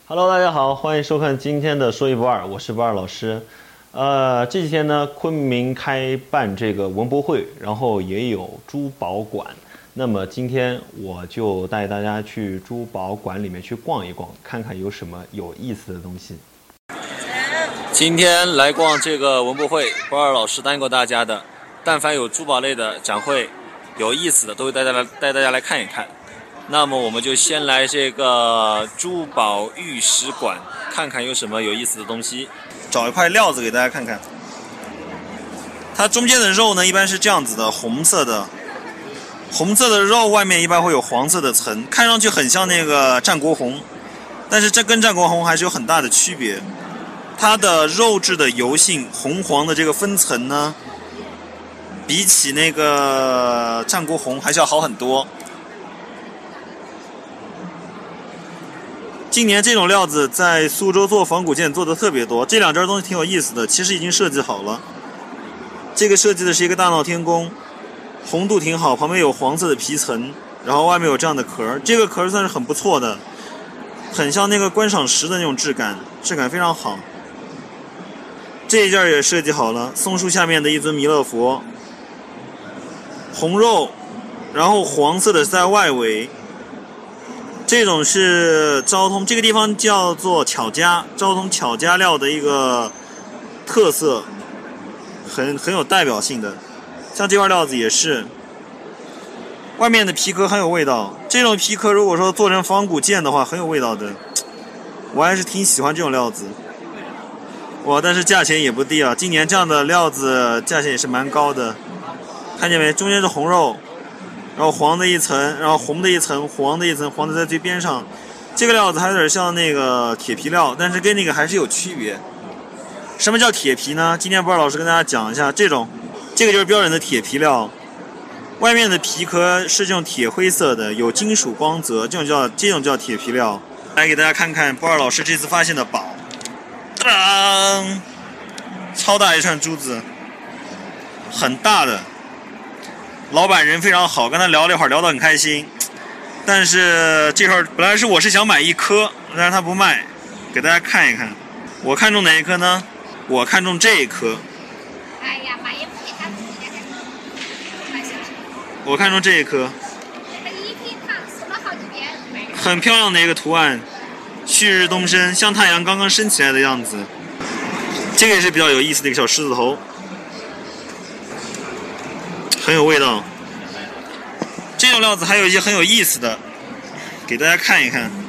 Hello， 大家好，欢迎收看今天的说一不二，我是不二老师。这几天呢，昆明开办这个文博会，然后也有珠宝馆。那么今天我就带大家去珠宝馆里面去逛一逛，看看有什么有意思的东西。今天来逛这个文博会，不二老师答应过大家的，但凡有珠宝类的展会，有意思的都会带大家来看一看。那么我们就先来这个珠宝玉石馆，看看有什么有意思的东西。找一块料子给大家看看，它中间的肉呢一般是这样子的，红色的肉外面一般会有黄色的层，看上去很像那个战国红，但是这跟战国红还是有很大的区别。它的肉质的油性红黄的这个分层呢，比起那个战国红还是要好很多。今年这种料子在苏州做仿古件做的特别多，这两件东西挺有意思的，其实已经设计好了。这个设计的是一个大闹天宫，红度挺好，旁边有黄色的皮层，然后外面有这样的壳，这个壳算是很不错的，很像那个观赏石的那种质感非常好。这一件也设计好了，松树下面的一尊弥勒佛，红肉，然后黄色的在外围。这种是昭通，这个地方叫做巧家，昭通巧家料的一个特色，很有代表性的。像这块料子也是，外面的皮壳很有味道。这种皮壳如果说做成仿古件的话，很有味道的。我还是挺喜欢这种料子。哇，但是价钱也不低啊！今年这样的料子价钱也是蛮高的。看见没？中间是红肉。然后黄的一层，然后红的一层，黄的一层，黄的在最边上。这个料子还有点像那个铁皮料，但是跟那个还是有区别。什么叫铁皮呢？今天不二老师跟大家讲一下，这个就是标准的铁皮料，外面的皮壳是这种铁灰色的，有金属光泽，这种叫铁皮料。来给大家看看不二老师这次发现的宝，当，超大一串珠子，很大的。老板人非常好，跟他聊了一会儿，聊得很开心。但是这会儿本来我是想买一颗，但是他不卖，给大家看一看。我看中哪一颗呢？我看中这一颗。 哎呀，买也不给他自己我看中这一颗。 那个一品堂说了好几遍。 很漂亮的一个图案，旭日东升，像太阳刚刚升起来的样子。这个也是比较有意思的一个小狮子头。很有味道。这种料子还有一些很有意思的，给大家看一看。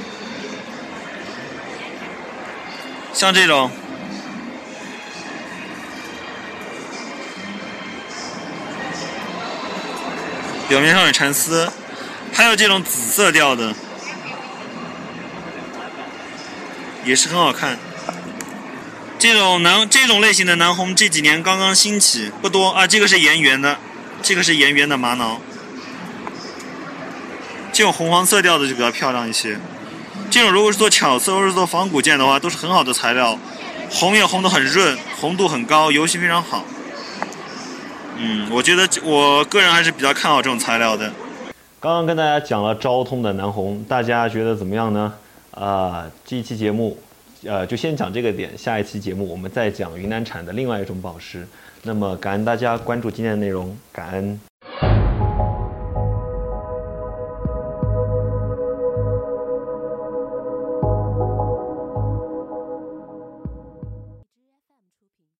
像这种，表面上有蚕丝，还有这种紫色调的，也是很好看。这种类型的南红这几年刚刚兴起，不多啊。这个是岩原的玛瑙，这种红黄色调的就比较漂亮一些。这种如果是做巧色或是做仿古件的话，都是很好的材料，红也红得很润，红度很高，油性非常好。我觉得我个人还是比较看好这种材料的。刚刚跟大家讲了昭通的南红，大家觉得怎么样呢？这一期节目。就先讲这个点，下一期节目我们再讲云南产的另外一种宝石。那么感恩大家关注今天的内容，感恩。